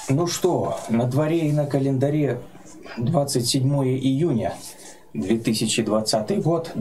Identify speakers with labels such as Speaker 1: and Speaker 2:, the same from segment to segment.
Speaker 1: Ну что, на дворе и на календаре 27 июня 2020 год,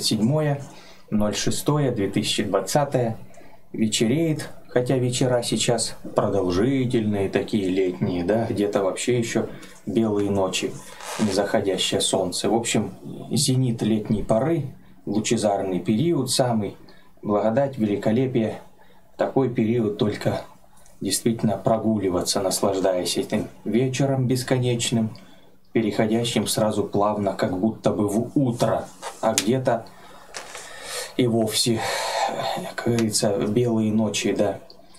Speaker 1: 27.06.2020. Вечереет, хотя вечера сейчас продолжительные, такие летние, да, где-то вообще еще белые ночи, незаходящее солнце. В общем, зенит летней поры, лучезарный период самый, благодать, великолепие. Такой период только действительно прогуливаться, наслаждаясь этим вечером бесконечным, переходящим сразу плавно, как будто бы в утро, а где-то и вовсе, как говорится, белые ночи, да,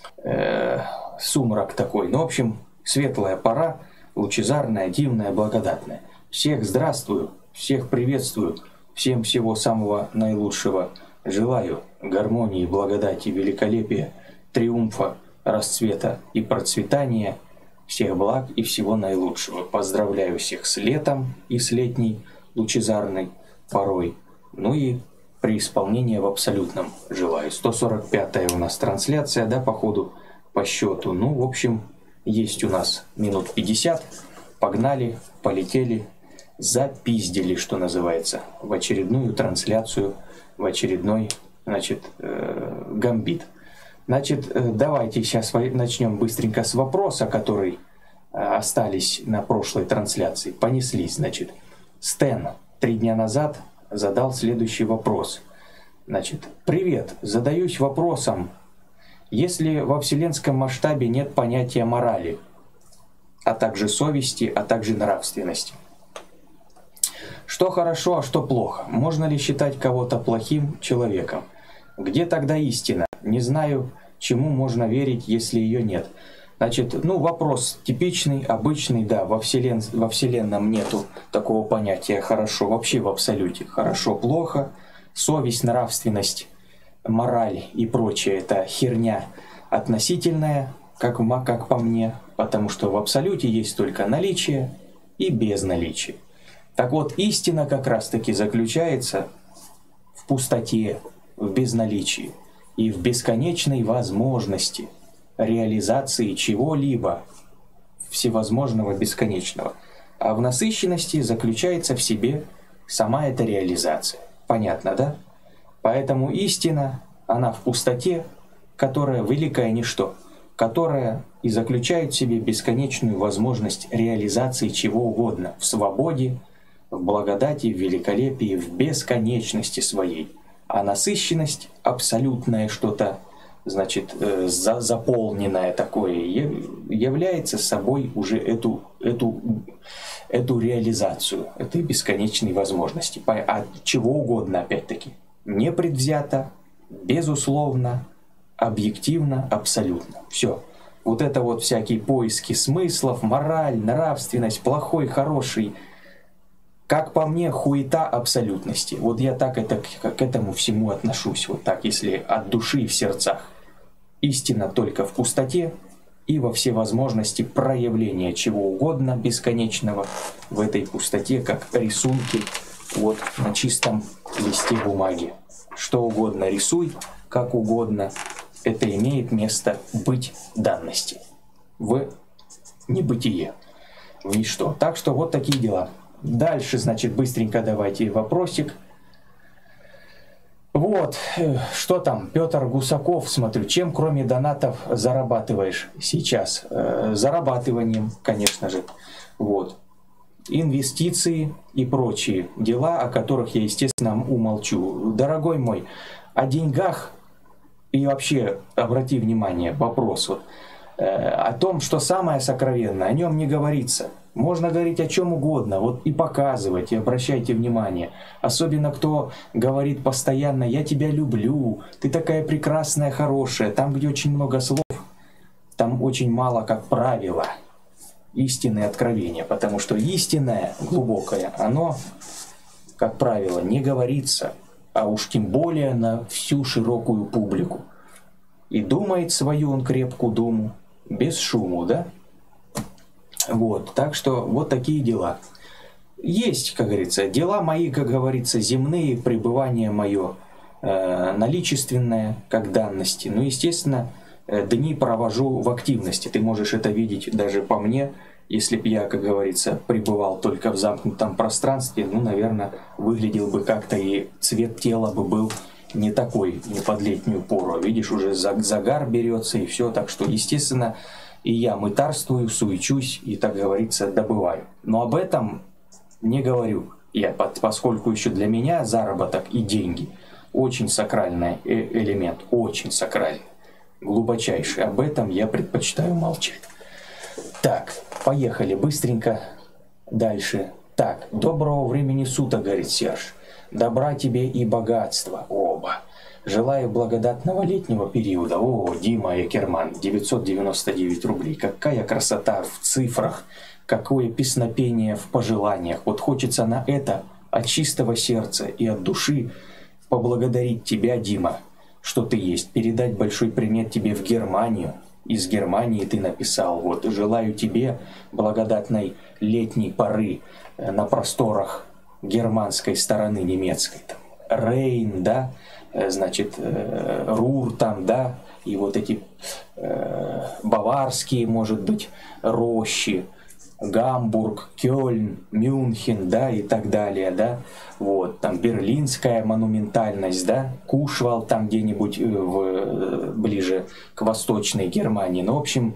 Speaker 1: сумрак такой. Ну, в общем, светлая пора, лучезарная, дивная, благодатная. Всех здравствую, всех приветствую, всем всего самого наилучшего желаю, гармонии, благодати, великолепия, триумфа, расцвета и процветания, всех благ и всего наилучшего. Поздравляю всех с летом и с летней лучезарной порой. Ну и преисполнения в абсолютном желаю. 145-я у нас трансляция, да, по ходу, по счету. Ну, в общем, есть у нас минут 50. Погнали, полетели, запиздили, что называется, в очередную трансляцию, в очередной, значит, гамбит. Значит, давайте сейчас начнем быстренько с вопроса, который остались на прошлой трансляции. Понеслись, значит. Стэн 3 дня назад задал следующий вопрос. Значит, привет, задаюсь вопросом, если во вселенском масштабе нет понятия морали, а также совести, а также нравственности, что хорошо, а что плохо? Можно ли считать кого-то плохим человеком? Где тогда истина? Не знаю, чему можно верить, если ее нет. Значит, ну вопрос типичный, обычный, да, во вселенном нету такого понятия хорошо, вообще в абсолюте. Хорошо, плохо, совесть, нравственность, мораль и прочее — это херня относительная, как по мне, потому что в абсолюте есть только наличие и безналичие. Так вот, истина как раз-таки заключается в пустоте, в безналичии и в бесконечной возможности реализации чего-либо всевозможного бесконечного. А в насыщенности заключается в себе сама эта реализация. Понятно, да? Поэтому истина, она в пустоте, которая великое ничто, которая и заключает в себе бесконечную возможность реализации чего угодно в свободе, в благодати, в великолепии, в бесконечности своей. А насыщенность, абсолютное что-то, значит, заполненное такое, является собой уже эту реализацию, этой бесконечной возможности. От чего угодно, опять-таки. Непредвзято, безусловно, объективно, абсолютно. Все. Вот это вот всякие поиски смыслов, мораль, нравственность, плохой, хороший, как по мне, хуета абсолютности. Вот я так к этому всему отношусь. Вот так, если от души и в сердцах. Истина только в пустоте и во всевозможности проявления чего угодно бесконечного в этой пустоте, как рисунки вот на чистом листе бумаги. Что угодно рисуй, как угодно. Это имеет место быть данности. В небытие. В ничто. Так что вот такие дела. Дальше, значит, быстренько давайте вопросик. Вот, что там, Петр Гусаков, смотрю, чем кроме донатов зарабатываешь сейчас? Зарабатыванием, конечно же. Вот. Инвестиции и прочие дела, о которых я, естественно, умолчу. Дорогой мой, о деньгах и вообще, обрати внимание, вопрос вот, о том, что самое сокровенное, о нем не говорится. Можно говорить о чем угодно, вот и показывать, и обращайте внимание. Особенно кто говорит постоянно «я тебя люблю», «ты такая прекрасная, хорошая». Там, где очень много слов, там очень мало, как правило, истины и откровения. Потому что истинное, глубокое, оно, как правило, не говорится, а уж тем более на всю широкую публику. И думает свою он крепкую думу, без шуму, да? Вот, так что вот такие дела. Есть, как говорится, дела мои, как говорится, земные, пребывание мое наличественное, как данности. Ну, естественно, дни провожу в активности. Ты можешь это видеть даже по мне. Если бы я, как говорится, пребывал только в замкнутом пространстве, ну, наверное, выглядел бы как-то, и цвет тела бы был не такой, не под летнюю пору. Видишь, уже загар берется и все. Так что, естественно, и я мытарствую, суечусь и, так говорится, добываю. Но об этом не говорю я, поскольку еще для меня заработок и деньги очень сакральный элемент, очень сакральный, глубочайший. Об этом я предпочитаю молчать. Так, поехали быстренько дальше. Так, доброго времени суток, говорит Серж. Добра тебе и богатства оба. Желаю благодатного летнего периода. О, Дима Якерман, 999 рублей. Какая красота в цифрах, какое песнопение в пожеланиях. Вот хочется на это от чистого сердца и от души поблагодарить тебя, Дима, что ты есть. Передать большой привет тебе в Германию. Из Германии ты написал: вот, желаю тебе благодатной летней поры на просторах германской стороны немецкой. Там, Рейн, да, значит, Рур там, да, и вот эти баварские, может быть, рощи, Гамбург, Кёльн, Мюнхен, да, и так далее, да, вот, там берлинская монументальность, да, Кушвал там где-нибудь ближе к восточной Германии, ну, в общем,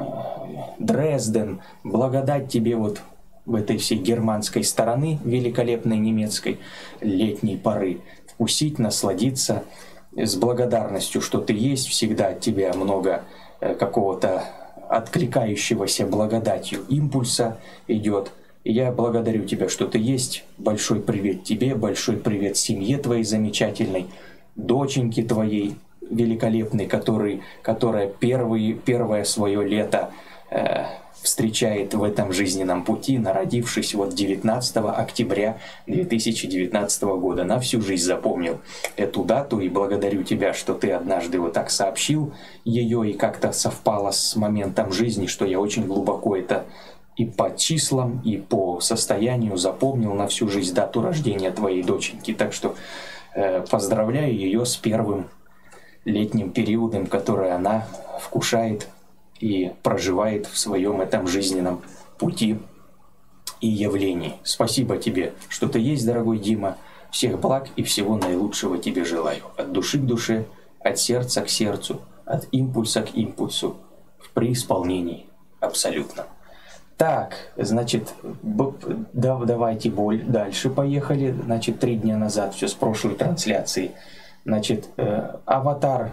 Speaker 1: Дрезден, благодать тебе вот в этой всей германской стороны, великолепной немецкой летней поры, вкусить, насладиться с благодарностью, что ты есть, всегда от тебя много какого-то откликающегося благодатью импульса идет. И я благодарю тебя, что ты есть. Большой привет тебе, большой привет семье твоей замечательной, доченьке твоей великолепной, которая первое свое лето встречает в этом жизненном пути, народившись вот 19 октября 2019 года. На всю жизнь запомнил эту дату и благодарю тебя, что ты однажды вот так сообщил ее и как-то совпало с моментом жизни, что я очень глубоко это и по числам, и по состоянию запомнил на всю жизнь дату рождения твоей доченьки. Так что поздравляю ее с первым летним периодом, который она вкушает и проживает в своем этом жизненном пути и явлении. Спасибо тебе, что ты есть, дорогой Дима. Всех благ и всего наилучшего тебе желаю. От души к душе, от сердца к сердцу, от импульса к импульсу, в преисполнении абсолютно. Так, значит, давайте дальше поехали. Значит, 3 дня назад, все с прошлой трансляции. Значит, Аватар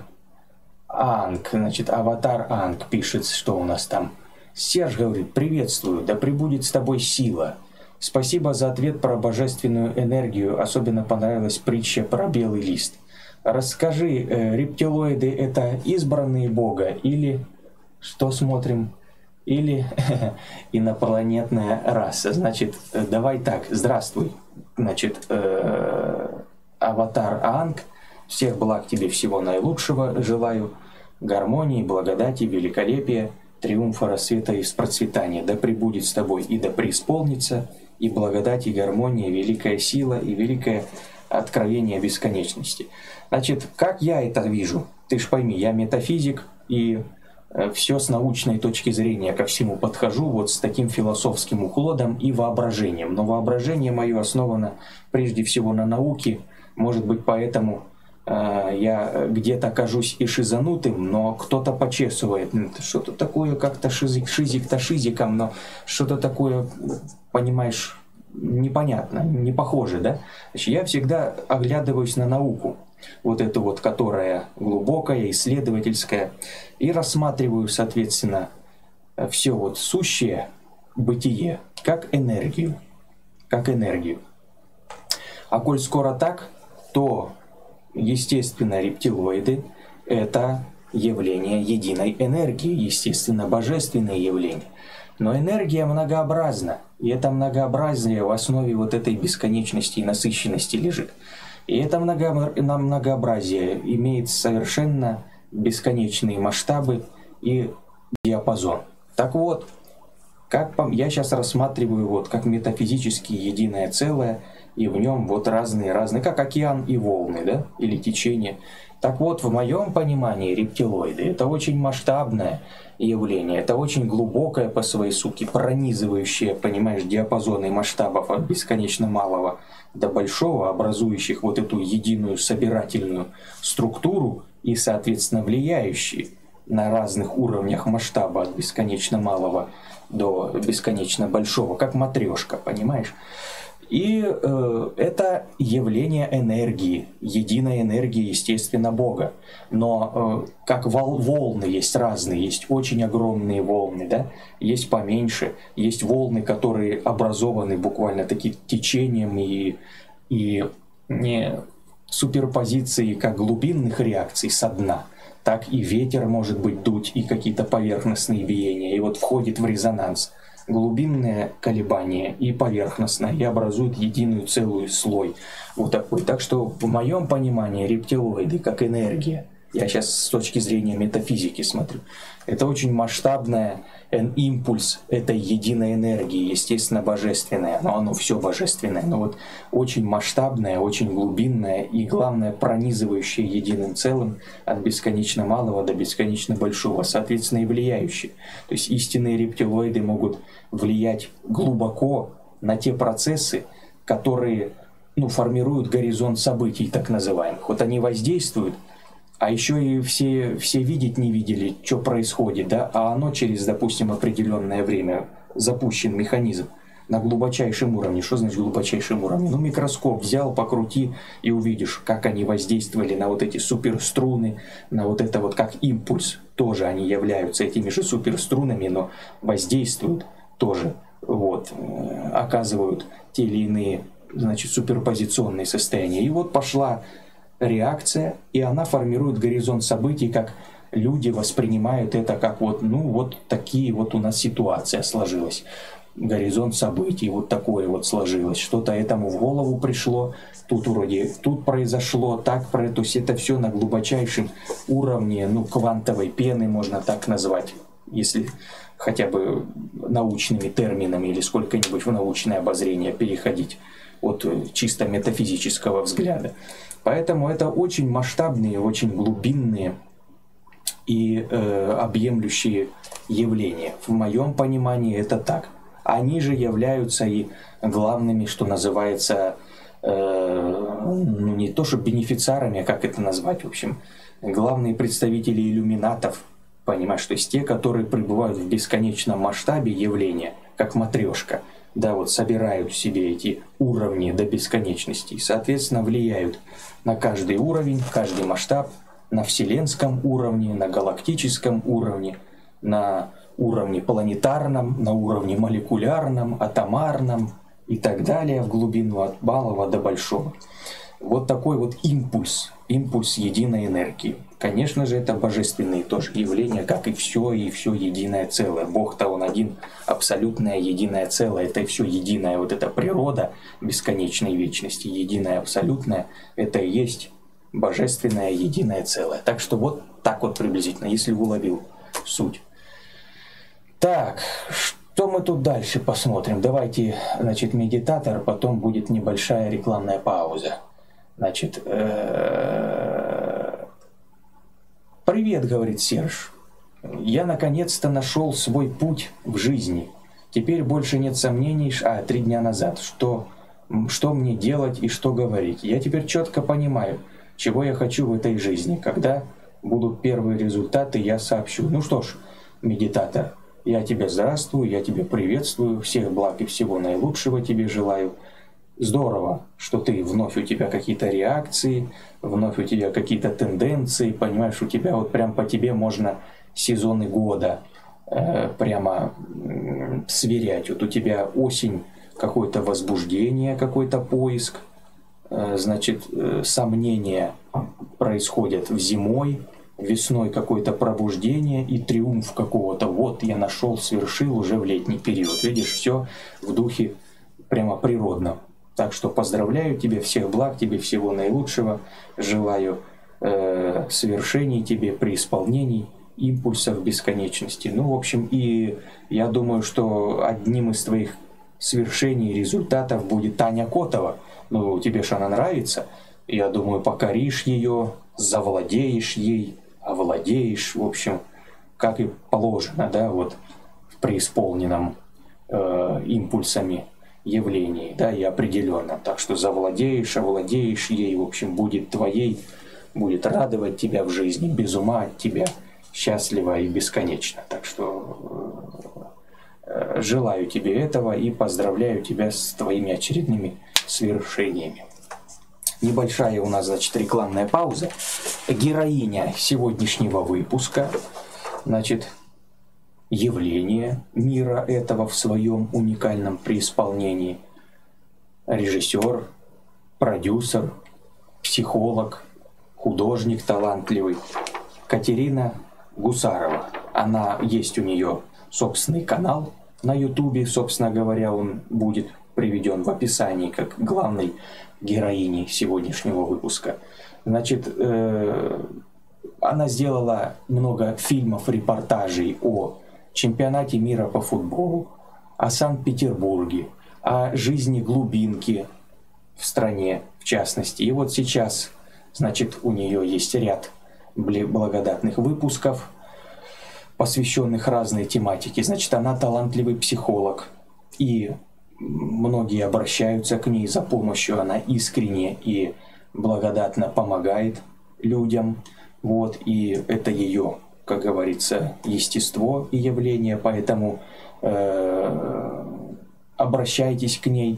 Speaker 1: Анг пишет, что у нас там. Серж говорит: приветствую, да пребудет с тобой сила. Спасибо за ответ про божественную энергию, особенно понравилась притча про белый лист. Расскажи, рептилоиды это избранные Бога или что смотрим? Или инопланетная раса? Значит, давай так, здравствуй, значит, Аватар Анг. Всех благ тебе, всего наилучшего желаю, гармонии, благодати, великолепия, триумфа, рассвета и процветания. Да пребудет с тобой и да преисполнится, и благодать, и гармония, великая сила, и великое откровение бесконечности. Значит, как я это вижу? Ты ж пойми, я метафизик, и все с научной точки зрения ко всему подхожу, вот с таким философским уклоном и воображением. Но воображение мое основано прежде всего на науке, может быть, поэтому я где-то кажусь и шизанутым, но кто-то почесывает. Что-то такое, как-то шизик-то шизиком, но что-то такое, понимаешь, непонятно, не похоже, да? Значит, я всегда оглядываюсь на науку, вот эту вот, которая глубокая, исследовательская, и рассматриваю, соответственно, все вот сущее бытие как энергию, как энергию. А коль скоро так, то естественно, рептилоиды – это явление единой энергии, естественно, божественное явление. Но энергия многообразна, и это многообразие в основе вот этой бесконечности и насыщенности лежит. И это многообразие имеет совершенно бесконечные масштабы и диапазон. Так вот, Я сейчас рассматриваю вот как метафизически единое целое, и в нем вот разные, как океан и волны, да, или течение. Так вот, в моем понимании рептилоиды — это очень масштабное явление, это очень глубокое по своей сути, пронизывающее, понимаешь, диапазоны масштабов от бесконечно малого до большого, образующих вот эту единую собирательную структуру и, соответственно, влияющие на разных уровнях масштаба от бесконечно малого до бесконечно большого, как матрешка, понимаешь? И это явление энергии, единой энергии, естественно, Бога. Но как волны есть разные, есть очень огромные волны, да? Есть поменьше, есть волны, которые образованы буквально таким течением и не суперпозиции как глубинных реакций со дна, так и ветер может быть дуть, и какие-то поверхностные биения, и вот входит в резонанс глубинное колебание и поверхностное, и образуют единую целую слой. Вот такой. Так что в моем понимании рептилоиды как энергия, я сейчас с точки зрения метафизики смотрю, это очень масштабный импульс этой единой энергии, естественно, божественное, но оно все божественное, но вот очень масштабное, очень глубинное и, главное, пронизывающее единым целым от бесконечно малого до бесконечно большого, соответственно, и влияющее. То есть истинные рептилоиды могут влиять глубоко на те процессы, которые формируют горизонт событий, так называемых. Вот они воздействуют, а еще и все видеть не видели, что происходит, да, а оно через, допустим, определенное время запущен механизм на глубочайшем уровне. Что значит глубочайшем уровне? Микроскоп взял, покрути и увидишь, как они воздействовали на вот эти суперструны, на вот это вот как импульс. Тоже они являются этими же суперструнами, но воздействуют тоже, вот, оказывают те или иные, значит, суперпозиционные состояния. И вот пошла реакция, и она формирует горизонт событий, как люди воспринимают это как вот, вот такие вот у нас ситуация сложилась. Горизонт событий вот такое вот сложилось. Что-то этому в голову пришло, тут произошло, то есть это все на глубочайшем уровне, квантовой пены, можно так назвать, если хотя бы научными терминами или сколько-нибудь в научное обозрение переходить от чисто метафизического взгляда. Поэтому это очень масштабные, очень глубинные и объемлющие явления. В моем понимании это так. Они же являются и главными, что называется, не то что бенефициарами, а как это назвать, в общем, главные представители иллюминатов, понимаешь, то есть те, которые пребывают в бесконечном масштабе явления, как матрешка. Да, вот собирают в себе эти уровни до бесконечности и, соответственно, влияют на каждый уровень, каждый масштаб, на вселенском уровне, на галактическом уровне, на уровне планетарном, на уровне молекулярном, атомарном и так далее, в глубину от малого до большого. Вот такой вот импульс единой энергии. Конечно же, это божественные тоже явления, как и все единое целое. Бог-то он один, абсолютное единое целое, это и все единое. Вот эта природа бесконечной вечности, единое абсолютное, это и есть божественное единое целое. Так что вот так вот приблизительно, если уловил суть. Так, что мы тут дальше посмотрим? Давайте, значит, медитатор, потом будет небольшая рекламная пауза. Значит, «Привет», — говорит Серж. «Я наконец-то нашел свой путь в жизни. Теперь больше нет сомнений, 3 дня назад, что мне делать и что говорить. Я теперь четко понимаю, чего я хочу в этой жизни. Когда будут первые результаты, я сообщу». Ну что ж, медитатор, я тебя здравствую, я тебя приветствую, всех благ и всего наилучшего тебе желаю. Здорово, что вновь у тебя какие-то реакции, вновь у тебя какие-то тенденции, понимаешь, у тебя вот прям по тебе можно сезоны года прямо сверять. Вот у тебя осень, какое-то возбуждение, какой-то поиск, значит, сомнения происходят зимой, весной какое-то пробуждение и триумф какого-то. Вот я нашел, свершил уже в летний период. Видишь, все в духе прямо природном. Так что поздравляю тебя, всех благ, тебе всего наилучшего. Желаю свершений тебе, преисполнений импульсов бесконечности. Ну, в общем, и я думаю, что одним из твоих свершений, результатов будет Таня Котова. Ну, тебе же она нравится. Я думаю, покоришь ее, завладеешь ей, овладеешь, в общем, как и положено, да, вот в преисполненном импульсами явлений, да, и определенном. Так что завладеешь, овладеешь ей, в общем, будет твоей, будет радовать тебя в жизни, без ума от тебя, счастливо и бесконечно. Так что желаю тебе этого и поздравляю тебя с твоими очередными свершениями. Небольшая у нас, значит, рекламная пауза. Героиня сегодняшнего выпуска, значит, явление мира этого в своем уникальном преисполнении. Режиссер, продюсер, психолог, художник талантливый Катерина Гусарова. Она есть у нее собственный канал на Ютубе, собственно говоря, он будет приведен в описании как главной героини сегодняшнего выпуска. Значит, она сделала много фильмов, репортажей о чемпионате мира по футболу, о Санкт-Петербурге, о жизни глубинки в стране, в частности. И вот сейчас, значит, у нее есть ряд благодатных выпусков, посвященных разной тематике. Значит, она талантливый психолог, и многие обращаются к ней за помощью. Она искренне и благодатно помогает людям. Вот, и это ее, как говорится, естество и явление, поэтому обращайтесь к ней.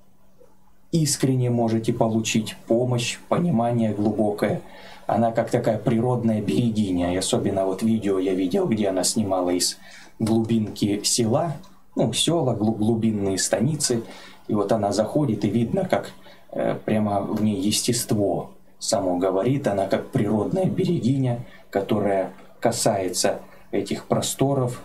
Speaker 1: Искренне можете получить помощь, понимание глубокое. Она как такая природная берегиня. И особенно вот видео я видел, где она снимала из глубинки села, ну, села, глубинные станицы. И вот она заходит, и видно, как прямо в ней естество само говорит. Она как природная берегиня, которая касается этих просторов,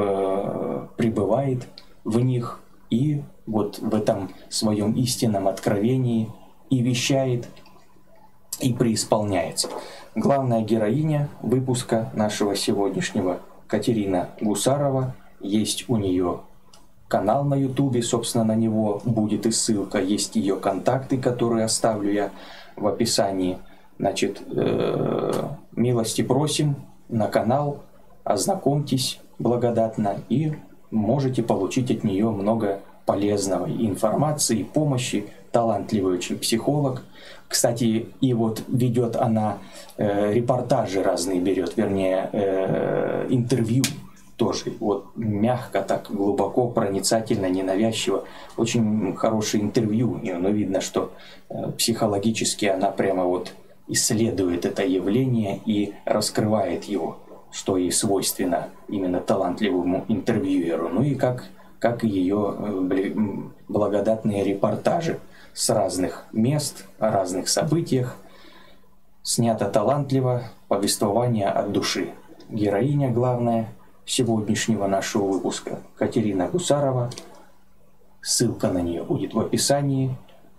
Speaker 1: пребывает в них и вот в этом своем истинном откровении и вещает, и преисполняется. Главная героиня выпуска нашего сегодняшнего Катерина Гусарова. Есть у нее канал на Ютубе, собственно, на него будет и ссылка. Есть ее контакты, которые оставлю я в описании. Значит, милости просим на канал, ознакомьтесь благодатно и можете получить от нее много полезного информации, помощи. Талантливый очень психолог. Кстати, и вот ведет она репортажи разные, берет, вернее, интервью тоже. Вот мягко, так глубоко, проницательно, ненавязчиво. Очень хорошее интервью. Но видно, что психологически она прямо вот исследует это явление и раскрывает его, что ей свойственно именно талантливому интервьюеру. Ну и как и ее благодатные репортажи с разных мест, о разных событиях. Снято талантливо, повествование от души. Героиня главная сегодняшнего нашего выпуска Катерина Гусарова. Ссылка на нее будет в описании,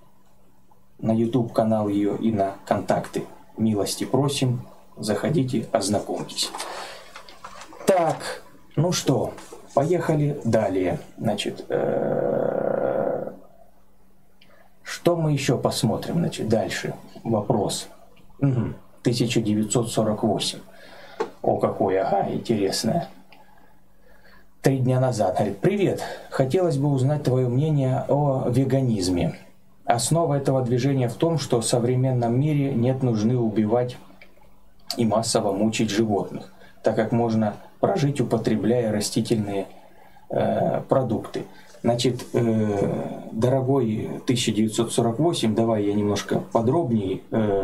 Speaker 1: на YouTube канал ее и на контакты. Милости просим, заходите, ознакомьтесь. Так, ну что, поехали далее. Значит, что мы еще посмотрим? Значит, дальше вопрос. 1948. О, какое, ага, интересное. 3 дня назад. Говорит: привет, хотелось бы узнать твое мнение о веганизме. Основа этого движения в том, что в современном мире нет нужды убивать и массово мучить животных, так как можно прожить, употребляя растительные продукты. Значит, дорогой 1948, давай я немножко подробнее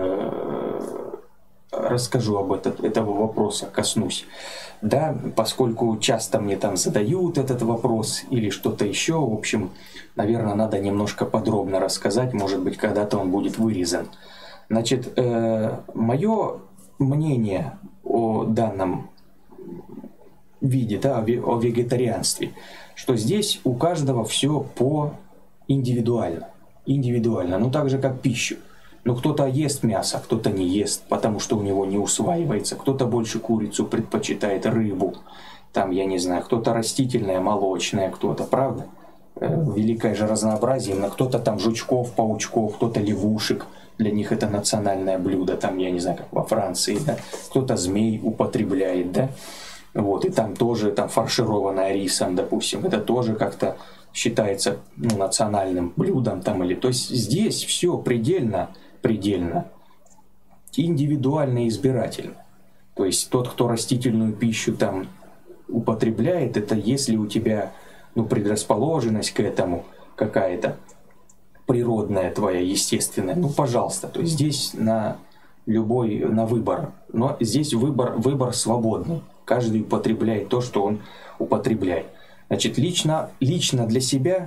Speaker 1: расскажу об этого вопроса, коснусь. Да, поскольку часто мне там задают этот вопрос или что-то еще, в общем, наверное, надо немножко подробно рассказать, может быть, когда-то он будет вырезан. Значит, мое мнение о данном виде, да, о вегетарианстве, что здесь у каждого все по индивидуально, ну так же как пищу. Но кто-то ест мясо, кто-то не ест, потому что у него не усваивается. Кто-то больше курицу предпочитает, рыбу. Там, я не знаю, кто-то растительное, молочное, кто-то, правда? Великое же разнообразие. Именно кто-то там жучков, паучков, кто-то лягушек. Для них это национальное блюдо, там, я не знаю, как во Франции, да? Кто-то змей употребляет, да? Вот, и там тоже там фаршированное рисом, допустим, это тоже как-то считается, ну, национальным блюдом там или... То есть здесь все предельно индивидуально и избирательно. То есть тот, кто растительную пищу там употребляет, это если у тебя, ну, предрасположенность к этому какая-то природная твоя, естественная, ну, пожалуйста. То есть здесь на выбор. Но здесь выбор свободный. Каждый употребляет то, что он употребляет. Значит, лично для себя,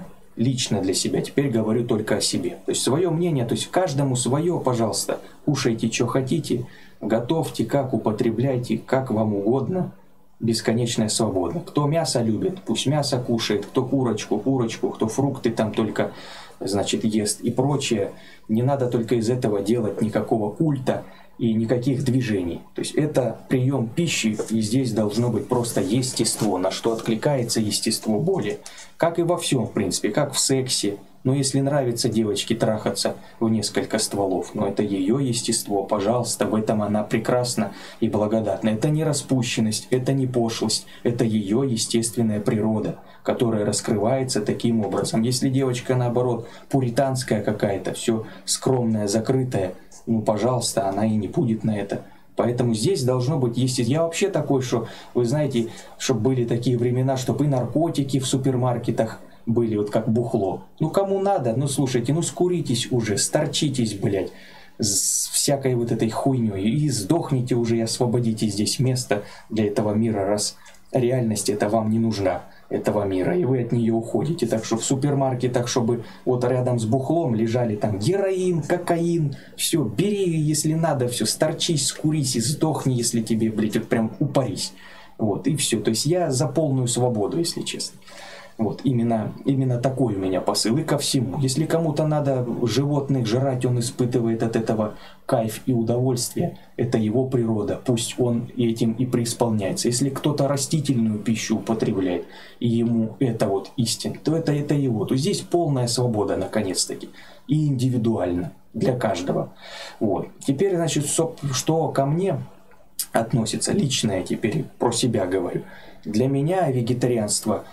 Speaker 1: теперь говорю только о себе. То есть свое мнение, то есть каждому свое, пожалуйста, кушайте, что хотите, готовьте, как употребляйте, как вам угодно, бесконечная свобода. Кто мясо любит, пусть мясо кушает, кто курочку, кто фрукты там только, значит, ест и прочее. Не надо только из этого делать никакого культа и никаких движений. То есть это прием пищи, и здесь должно быть просто естество, на что откликается естество боли. Как и во всем, в принципе, как в сексе. Но если нравится девочке трахаться в несколько стволов, но это ее естество, пожалуйста, в этом она прекрасна и благодатна. Это не распущенность, это не пошлость, это ее естественная природа, которая раскрывается таким образом. Если девочка, наоборот, пуританская какая-то, все скромная, закрытая, ну, пожалуйста, она и не будет на это. Поэтому здесь должно быть, если я вообще такой, что, вы знаете, чтобы были такие времена, чтобы и наркотики в супермаркетах были, вот как бухло. Ну, кому надо, ну, слушайте, ну, скуритесь уже, сторчитесь, блядь, с всякой вот этой хуйней и сдохните уже и освободите здесь место для этого мира, раз реальность это вам не нужна, этого мира, и вы от нее уходите. Так что в супермаркетах, чтобы вот рядом с бухлом лежали там героин, кокаин, все, бери, если надо, все, сторчись, скурись и сдохни, если тебе, блядь, вот прям упарись. Вот, и все. То есть я за полную свободу, если честно. Вот, именно такой у меня посыл и ко всему. Если кому-то надо животных жрать, он испытывает от этого кайф и удовольствие. Это его природа, пусть он этим и преисполняется. Если кто-то растительную пищу употребляет, и ему это вот истина, то это его. То здесь полная свобода, наконец-таки, и индивидуально для каждого. Вот. Теперь, значит, что ко мне относится, личное теперь про себя говорю. Для меня вегетарианство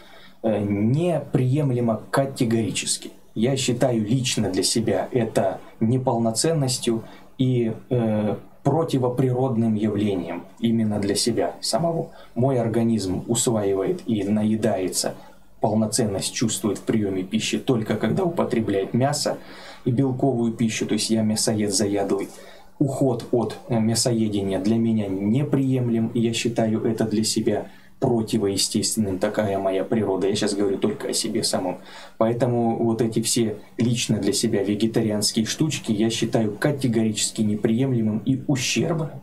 Speaker 1: неприемлемо категорически. Я считаю лично для себя это неполноценностью и противоприродным явлением именно для себя самого. Мой организм усваивает и наедается, полноценность чувствует в приеме пищи только когда употребляет мясо и белковую пищу, то есть я мясоед заядлый. Уход от мясоедения для меня неприемлем, и я считаю это для себя противоестественным, такая моя природа. Я сейчас говорю только о себе самом. Поэтому вот эти все лично для себя вегетарианские штучки я считаю категорически неприемлемым и ущербным.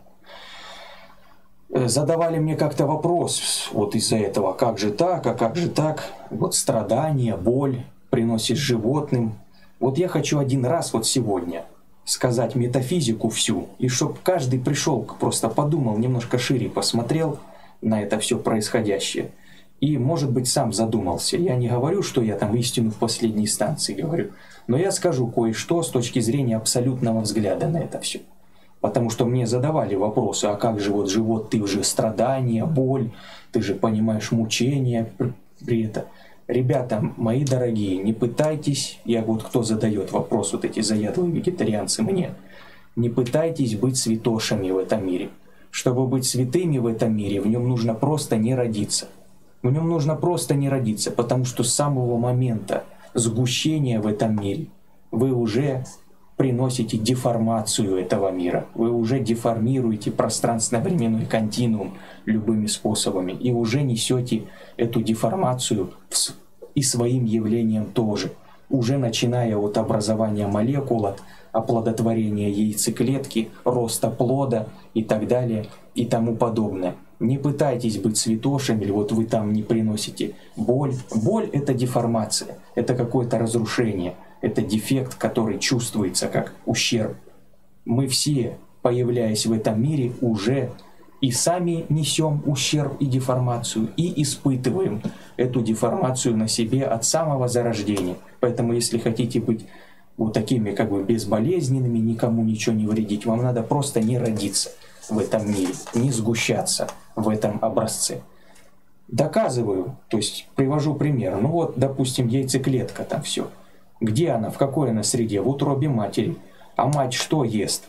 Speaker 1: Задавали мне как-то вопрос вот из-за этого, как же так, а как же так, вот страдания, боль приносишь животным. Вот я хочу один раз вот сегодня сказать метафизику всю, и чтобы каждый пришел, просто подумал, немножко шире посмотрел на это все происходящее. И, может быть, сам задумался. Я не говорю, что я там истину в последней инстанции говорю, но я скажу кое-что с точки зрения абсолютного взгляда на это все. Потому что мне задавали вопросы, а как же вот живот, ты уже страдания, боль, ты же понимаешь мучения при этом. Ребята, мои дорогие, не пытайтесь, я вот кто задает вопрос, вот эти заядлые вегетарианцы мне, не пытайтесь быть святошами в этом мире. Чтобы быть святыми в этом мире, в нем нужно просто не родиться. В нем нужно просто не родиться, потому что с самого момента сгущения в этом мире вы уже приносите деформацию этого мира. Вы уже деформируете пространственно-временной континуум любыми способами и уже несете эту деформацию и своим явлением тоже. Уже начиная от образования молекул, от оплодотворения яйцеклетки, роста плода и так далее и тому подобное. Не пытайтесь быть святошами, или вот вы там не приносите боль. Боль — это деформация, это какое-то разрушение, это дефект, который чувствуется как ущерб. Мы все, появляясь в этом мире, уже и сами несем ущерб и деформацию, и испытываем эту деформацию на себе от самого зарождения. Поэтому, если хотите быть вот такими как бы безболезненными, никому ничего не вредить, вам надо просто не родиться в этом мире, не сгущаться в этом образце. Доказываю, то есть привожу пример. Ну вот, допустим, яйцеклетка, там все. Где она, в какой она среде? В утробе матери. А мать что ест?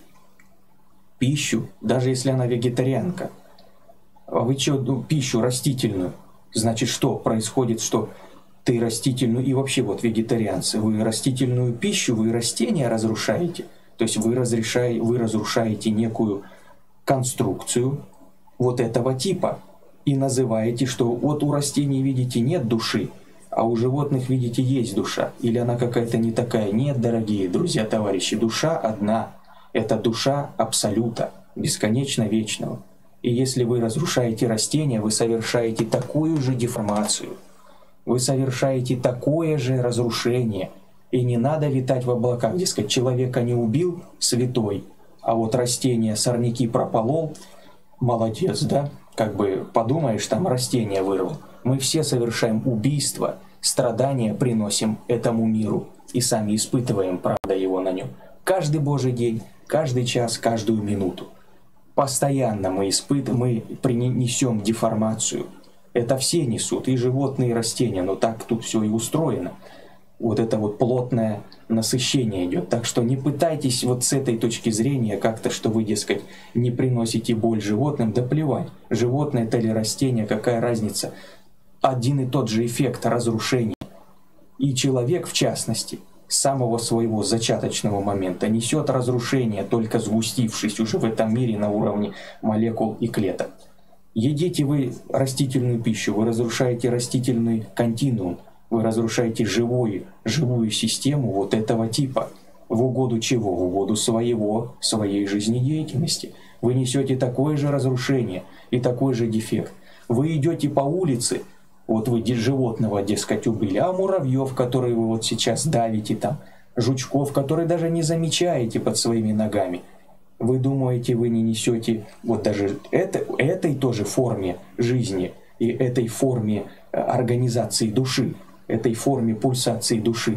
Speaker 1: Пищу, даже если она вегетарианка. А вы что, пищу растительную? Значит, что происходит, что ты растительную, и вообще вот вегетарианцы, вы растительную пищу, вы растения разрушаете. То есть вы разрушаете некую конструкцию вот этого типа. И называете, что вот у растений, видите, нет души, а у животных, видите, есть душа. Или она какая-то не такая. Нет, дорогие друзья, товарищи, душа одна. Это душа абсолюта, бесконечно вечного. И если вы разрушаете растения, вы совершаете такую же деформацию. Вы совершаете такое же разрушение. И не надо витать в облаках, дескать, человека не убил, святой, а вот растения, сорняки прополол, молодец, да? Как бы подумаешь, там растение вырвал. Мы все совершаем убийство, страдания приносим этому миру и сами испытываем, правда, его на нем. Каждый Божий день, каждый час, каждую минуту. Постоянно мы несем деформацию. Это все несут, и животные, и растения, но так тут все и устроено. Вот это вот плотное насыщение идет. Так что не пытайтесь вот с этой точки зрения как-то, что вы, дескать, не приносите боль животным, да плевать. Животное это или растение, какая разница. Один и тот же эффект разрушения. И человек, в частности, с самого своего зачаточного момента несет разрушение, только сгустившись уже в этом мире на уровне молекул и клеток. Едите вы растительную пищу, вы разрушаете растительный континуум, вы разрушаете живую систему вот этого типа. В угоду чего? В угоду своей жизнедеятельности. Вы несете такое же разрушение и такой же дефект. Вы идете по улице, вот вы животного, дескать, убили, а муравьев, которые вы вот сейчас давите там, жучков, которые даже не замечаете под своими ногами. Вы думаете, вы не несете вот даже этой тоже форме жизни и этой форме организации души, этой форме пульсации души.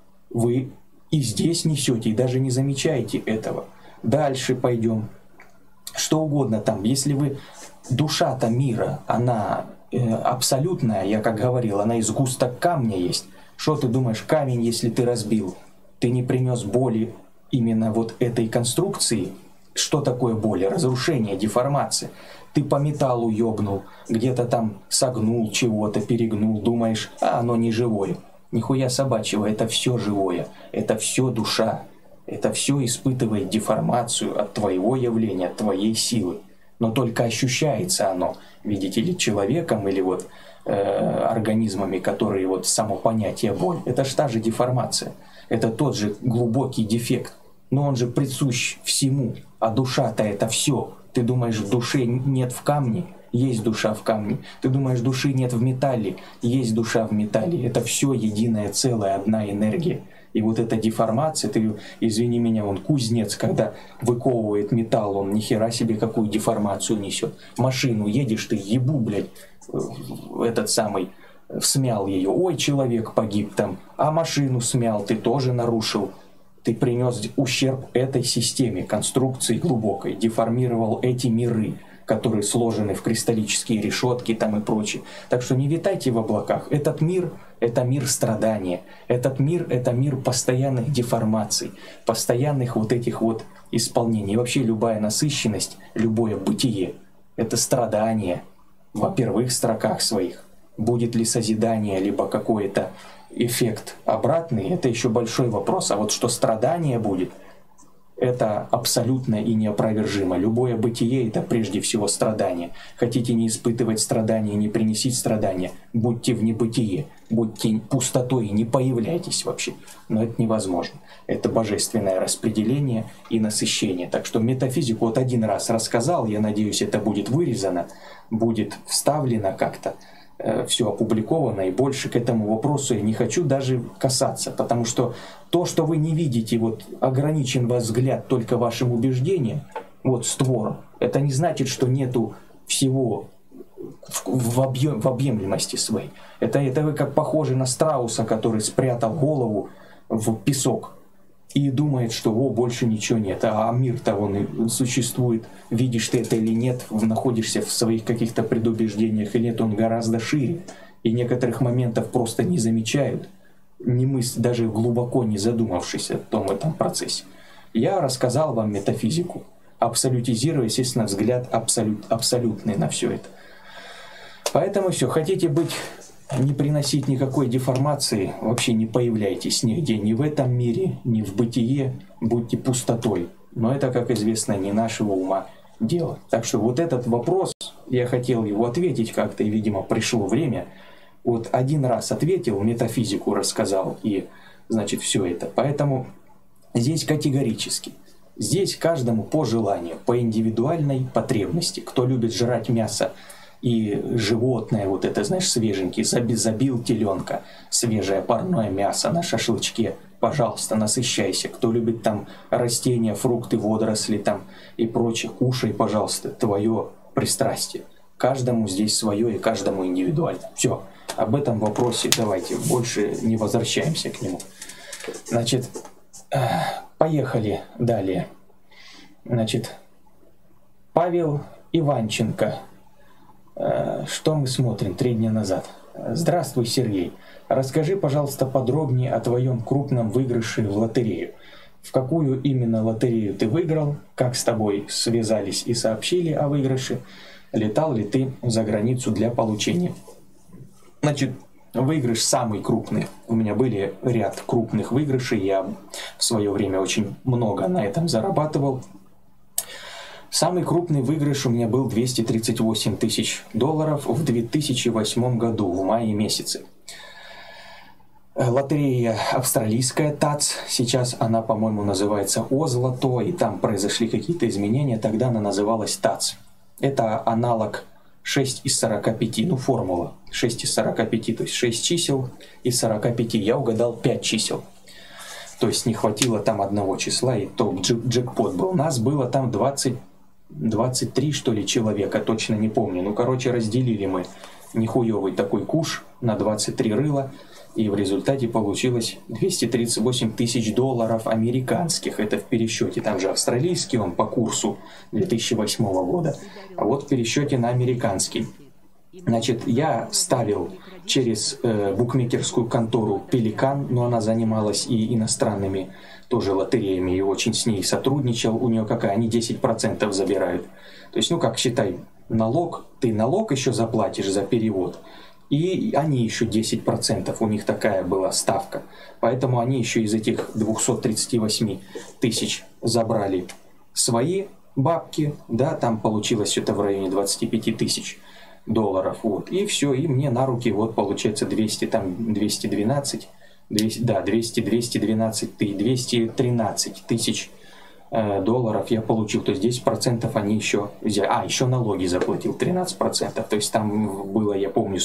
Speaker 1: Вы и здесь несете, и даже не замечаете этого. Дальше пойдем. Что угодно там. Если вы... Душа-то мира, она абсолютная, я как говорил, она из сгусток камня есть. Что ты думаешь, камень, если ты разбил, ты не принес боли именно вот этой конструкции? Что такое боль? Разрушение, деформация. Ты по металлу ёбнул, где-то там согнул чего-то, перегнул, думаешь, оно не живое. Нихуя собачьего, это все живое, это все душа, это все испытывает деформацию от твоего явления, от твоей силы. Но только ощущается оно, видите ли, человеком или вот организмами, которые вот само понятие боль. Это же та же деформация, это тот же глубокий дефект. Но он же присущ всему, а душа-то это все. Ты думаешь, в душе нет в камне? Есть душа в камне. Ты думаешь, души нет в металле? Есть душа в металле. Это все единое целое, одна энергия. И вот эта деформация, ты, извини меня, он кузнец, когда выковывает металл, он ни хера себе какую деформацию несет. Машину едешь, ты ебу, блядь, этот самый, смял ее. Ой, человек погиб там, а машину смял, ты тоже нарушил. Ты принес ущерб этой системе, конструкции глубокой, деформировал эти миры, которые сложены в кристаллические решетки там и прочее. Так что не витайте в облаках. Этот мир — это мир страдания. Этот мир — это мир постоянных деформаций, постоянных вот этих вот исполнений. И вообще любая насыщенность, любое бытие — это страдание во первых строках своих. Будет ли созидание, либо какой-то эффект обратный, это еще большой вопрос. А вот что страдание будет, это абсолютно и неопровержимо. Любое бытие — это прежде всего страдание. Хотите не испытывать страдания, не принесите страдания, будьте в небытие, будьте пустотой, не появляйтесь вообще. Но это невозможно. Это божественное распределение и насыщение. Так что метафизику вот один раз рассказал, я надеюсь, это будет вырезано, будет вставлено как-то. все опубликовано, и больше к этому вопросу я не хочу даже касаться, потому что то, что вы не видите, вот ограничен ваш взгляд только вашим убеждением, вот створ, это не значит, что нету всего в объемлемости своей. Это вы как похожи на страуса, который спрятал голову в песок и думает, что больше ничего нет, а мир-то он и существует, видишь ты это или нет, находишься в своих каких-то предубеждениях или нет, он гораздо шире, и некоторых моментов просто не замечают, даже глубоко не задумавшись о том этом процессе. Я рассказал вам метафизику, абсолютизируя, естественно, взгляд абсолютный на все это. Поэтому все, хотите не приносить никакой деформации, вообще не появляйтесь нигде, ни в этом мире, ни в бытие, будьте пустотой. Но это, как известно, не нашего ума дело. Так что вот этот вопрос, я хотел его ответить как-то, и, видимо, пришло время. Вот один раз ответил, метафизику рассказал, и, значит, все это. Поэтому здесь категорически. Здесь каждому по желанию, по индивидуальной потребности. Кто любит жрать мясо и животное, вот это, знаешь, свеженький, забил теленка, свежее парное мясо на шашлычке, пожалуйста, насыщайся. Кто любит там растения, фрукты, водоросли там и прочее, кушай, пожалуйста, твое пристрастие. Каждому здесь свое и каждому индивидуально. Все, об этом вопросе давайте больше не возвращаемся к нему. Значит, поехали далее. Значит, Павел Иванченко. Что мы смотрим 3 дня назад? Здравствуй, Сергей. Расскажи, пожалуйста, подробнее о твоем крупном выигрыше в лотерею. В какую именно лотерею ты выиграл? Как с тобой связались и сообщили о выигрыше? Летал ли ты за границу для получения? Значит, выигрыш самый крупный. У меня были ряд крупных выигрышей. Я в свое время очень много на этом зарабатывал. Самый крупный выигрыш у меня был $238 тысяч в 2008 году, в мае месяце. Лотерея австралийская ТАЦ, сейчас она, по-моему, называется ОЗлото, и там произошли какие-то изменения, тогда она называлась ТАЦ. Это аналог 6 из 45, ну формула 6 из 45, то есть 6 чисел из 45, я угадал 5 чисел. То есть не хватило там одного числа, и то джекпот был. Нас было там 23, что ли, человека, точно не помню. Ну, короче, разделили мы нихуевый такой куш на 23 рыла, и в результате получилось $238 тысяч американских. Это в пересчете, там же австралийский он по курсу 2008 года, а вот в пересчете на американский. Значит, я ставил через букмекерскую контору «Пеликан», но она занималась и иностранными тоже лотереями, и очень с ней сотрудничал. У нее какая? Они 10% забирают. То есть, ну как, считай, налог, ты налог еще заплатишь за перевод, и они еще 10%, у них такая была ставка. Поэтому они еще из этих 238 тысяч забрали свои бабки, да, там получилось это в районе 25 тысяч долларов, вот, и все, и мне на руки, вот, получается 213 тысяч долларов я получил, то есть 10% они еще взяли, еще налоги заплатил 13%, то есть там было, я помню,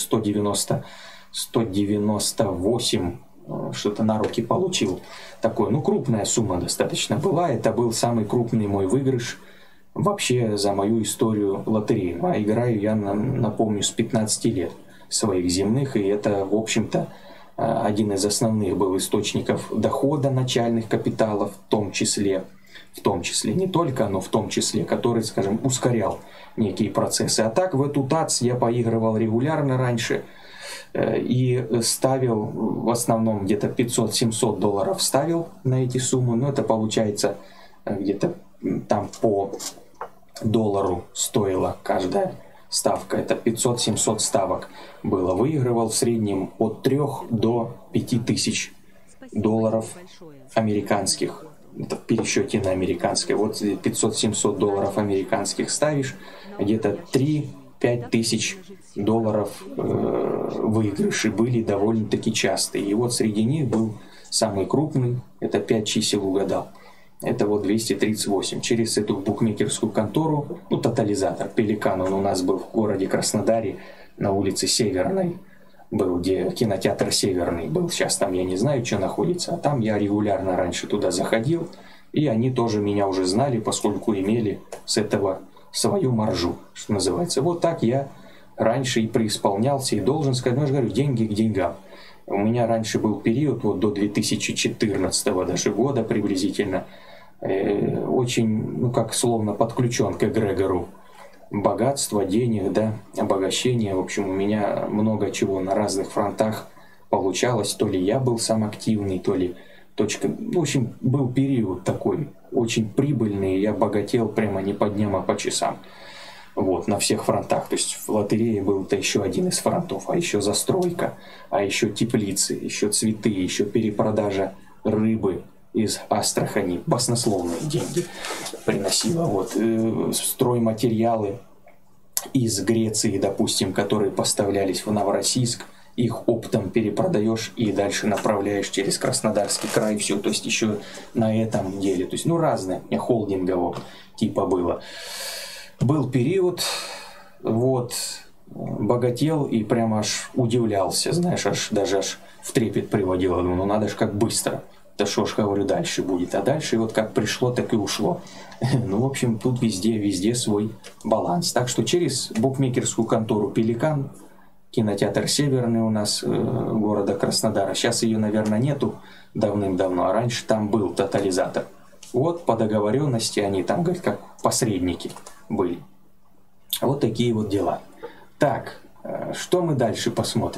Speaker 1: 198 что-то на руки получил, такое, ну, крупная сумма достаточно была, это был самый крупный мой выигрыш вообще за мою историю лотереи. А играю я, напомню, с 15 лет своих земных, и это, в общем-то, один из основных был источников дохода начальных капиталов, в том числе, не только, но в том числе, который, скажем, ускорял некие процессы. А так в эту ТАЦ я поигрывал регулярно раньше и ставил в основном где-то $500-700 ставил на эти суммы, но это получается где-то там по доллару стоила каждая ставка, это 500-700 ставок было. Выигрывал в среднем от 3 до 5 тысяч долларов американских. Это в пересчете на американское. Вот 500-700 долларов американских ставишь, где-то 3-5 тысяч долларов выигрыши были довольно-таки частые. И вот среди них был самый крупный, это 5 чисел угадал. Это вот 238. Через эту букмекерскую контору, ну, тотализатор «Пеликан», он у нас был в городе Краснодаре, на улице Северной был, где кинотеатр Северный был. Сейчас там я не знаю, что находится, а там я регулярно раньше туда заходил, и они тоже меня уже знали, поскольку имели с этого свою маржу, что называется. Вот так я раньше и преисполнялся, и должен сказать, ну я же говорю, деньги к деньгам. У меня раньше был период, вот до 2014 даже года приблизительно, очень, ну как словно подключен к эгрегору богатства, денег, да, обогащения. В общем, у меня много чего на разных фронтах получалось. То ли я был сам активный, то ли точка... В общем, был период такой очень прибыльный, я богател прямо не по дням, а по часам. Вот, на всех фронтах. То есть в лотерее был-то еще один из фронтов, а еще застройка, а еще теплицы, еще цветы, еще перепродажа рыбы из Астрахани. Баснословные деньги приносила. Вот, стройматериалы из Греции, допустим, которые поставлялись в Новороссийск, их оптом перепродаешь и дальше направляешь через Краснодарский край, все, то есть еще на этом деле. То есть, ну, разное, холдингового типа было. Был период, вот, богател и прямо аж удивлялся, знаешь, даже аж в трепет приводило. Думаю, ну надо ж как быстро. Да что ж, говорю, дальше будет. А дальше вот как пришло, так и ушло. Ну, в общем, тут везде свой баланс. Так что через букмекерскую контору «Пеликан», кинотеатр «Северный» у нас, города Краснодара. Сейчас ее, наверное, нету давным-давно, а раньше там был тотализатор. Вот по договоренности они там, говорят, как посредники были. Вот такие вот дела. Так, что мы дальше посмотрим?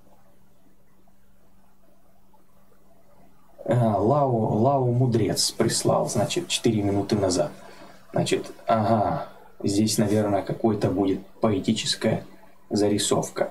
Speaker 1: Лао Мудрец прислал, значит, 4 минуты назад. Значит, ага, здесь, наверное, какой-то будет поэтическая зарисовка.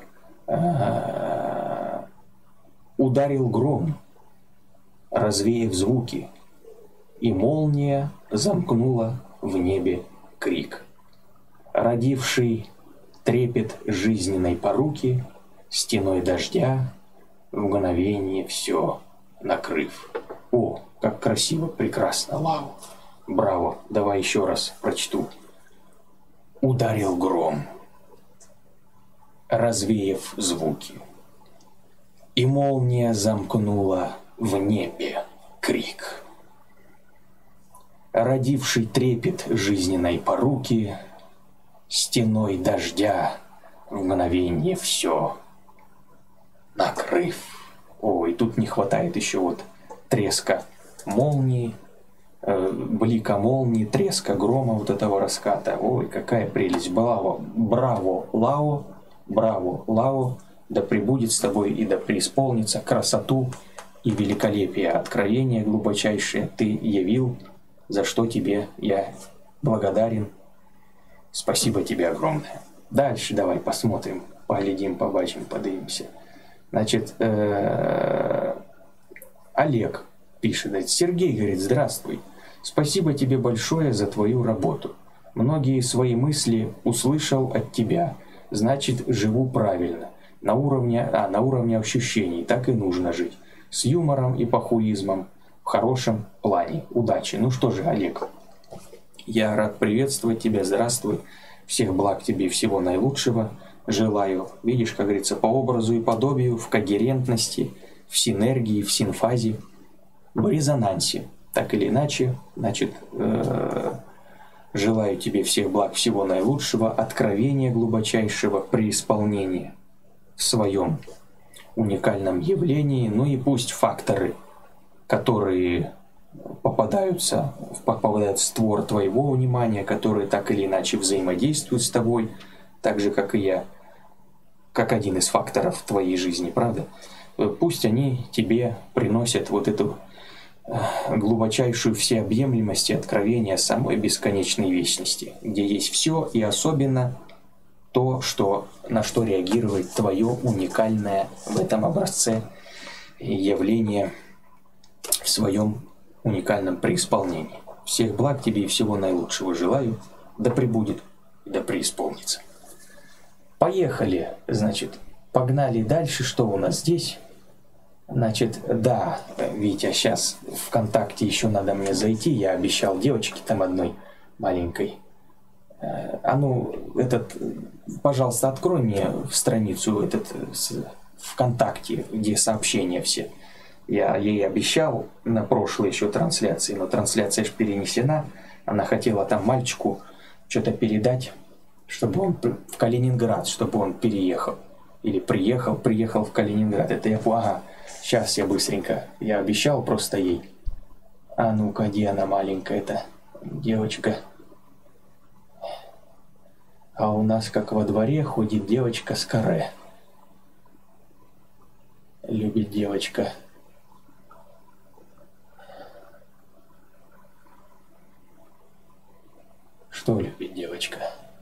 Speaker 1: Ударил гром, развеяв звуки, и молния замкнула в небе крик, родивший трепет жизненной поруки, стеной дождя в мгновение все накрыв. О, как красиво, прекрасно, Лао. Браво, давай еще раз прочту. Ударил гром, развеяв звуки, и молния замкнула в небе крик, родивший трепет жизненной поруки, стеной дождя в мгновение все накрыв. Ой, тут не хватает еще вот треска молнии, блика молнии, треска грома вот этого раската. Ой, какая прелесть. Браво, браво, Лао, браво, Лао, да пребудет с тобой и да преисполнится красоту и великолепие откровения глубочайшее ты явил, за что тебе я благодарен. Спасибо тебе огромное. Дальше давай посмотрим, поглядим, побачим, подивимся. Значит, Олег пишет, говорит, Сергей, говорит, здравствуй. Спасибо тебе большое за твою работу. Многие свои мысли услышал от тебя. Значит, живу правильно. На уровне ощущений. Так и нужно жить. С юмором и похуизмом. В хорошем плане. Удачи. Ну что же, Олег, я рад приветствовать тебя. Здравствуй. Всех благ тебе и всего наилучшего желаю. Видишь, как говорится, по образу и подобию, в когерентности, в синергии, в синфазе, в резонансе. Так или иначе, значит, желаю тебе всех благ, всего наилучшего, откровения глубочайшего при исполнении в своем уникальном явлении. Ну и пусть факторы, которые попадают в створ твоего внимания, которые так или иначе взаимодействуют с тобой, так же, как и я, как один из факторов твоей жизни, правда? Пусть они тебе приносят вот эту глубочайшую всеобъемлемость и откровение самой бесконечной вечности, где есть все и особенно то, на что реагирует твое уникальное в этом образце явление в своем уникальном преисполнении. Всех благ тебе и всего наилучшего желаю, да пребудет и да преисполнится. Поехали, значит, погнали дальше, что у нас здесь? Значит, да, Витя, сейчас ВКонтакте еще надо мне зайти, я обещал девочке там одной маленькой А ну, пожалуйста, открой мне страницу ВКонтакте, где сообщения все. Я ей обещал на прошлой еще трансляции, но трансляция же перенесена. Она хотела там мальчику что-то передать, чтобы он в Калининград, чтобы он переехал. Или приехал в Калининград. Это я понял. Ага, сейчас я быстренько. Я обещал просто ей. А ну-ка, где она маленькая-то, девочка? А у нас, как во дворе, ходит девочка с каре. Любит девочка. Что любит девочка?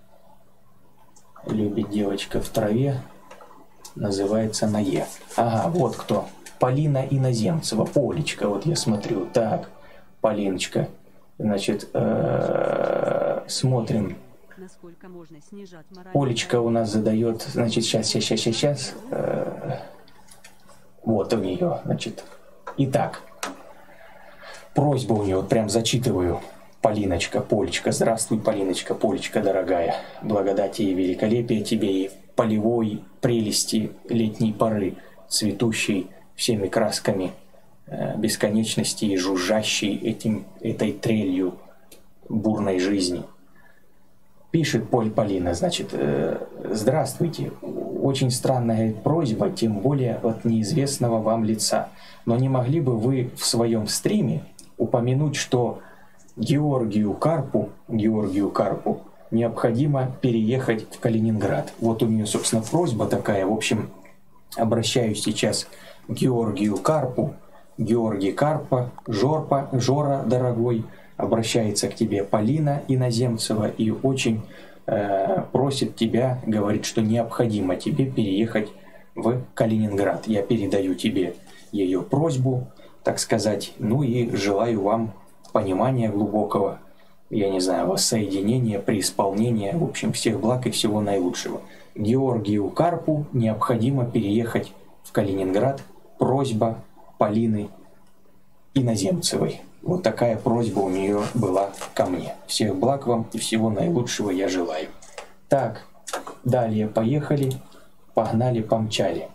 Speaker 1: Любит девочка в траве. Называется на Е. Ага, вот кто. Полина Иноземцева. Полечка, вот я смотрю. Так, Полиночка. Значит, смотрим.
Speaker 2: Насколько можно снижать мораль.
Speaker 1: Олечка у нас задает, значит, сейчас. Вот у нее, значит. Итак, просьба у нее, вот прям зачитываю. Полиночка, Полечка, здравствуй, Полиночка, Полечка, дорогая. Благодати и великолепия тебе и полевой прелести летней поры, цветущей всеми красками бесконечности и жужжащей этой трелью бурной жизни. Пишет Полина, значит, здравствуйте, очень странная просьба, тем более от неизвестного вам лица. Но не могли бы вы в своем стриме упомянуть, что Георгию Карпу необходимо переехать в Калининград. Вот у нее, собственно, просьба такая. В общем, обращаюсь сейчас к Георгию Карпу. Георгий Карпа, Жора, дорогой, обращается к тебе Полина Иноземцева и очень просит тебя, говорит, что необходимо тебе переехать в Калининград. Я передаю тебе ее просьбу, так сказать, ну и желаю вам понимания глубокого, я не знаю, воссоединения, преисполнения, в общем, всех благ и всего наилучшего. Георгию Карпу необходимо переехать в Калининград. Просьба Полины Иноземцевой. Вот такая просьба у нее была ко мне. Всех благ вам и всего наилучшего я желаю. Так, далее поехали, погнали, помчали.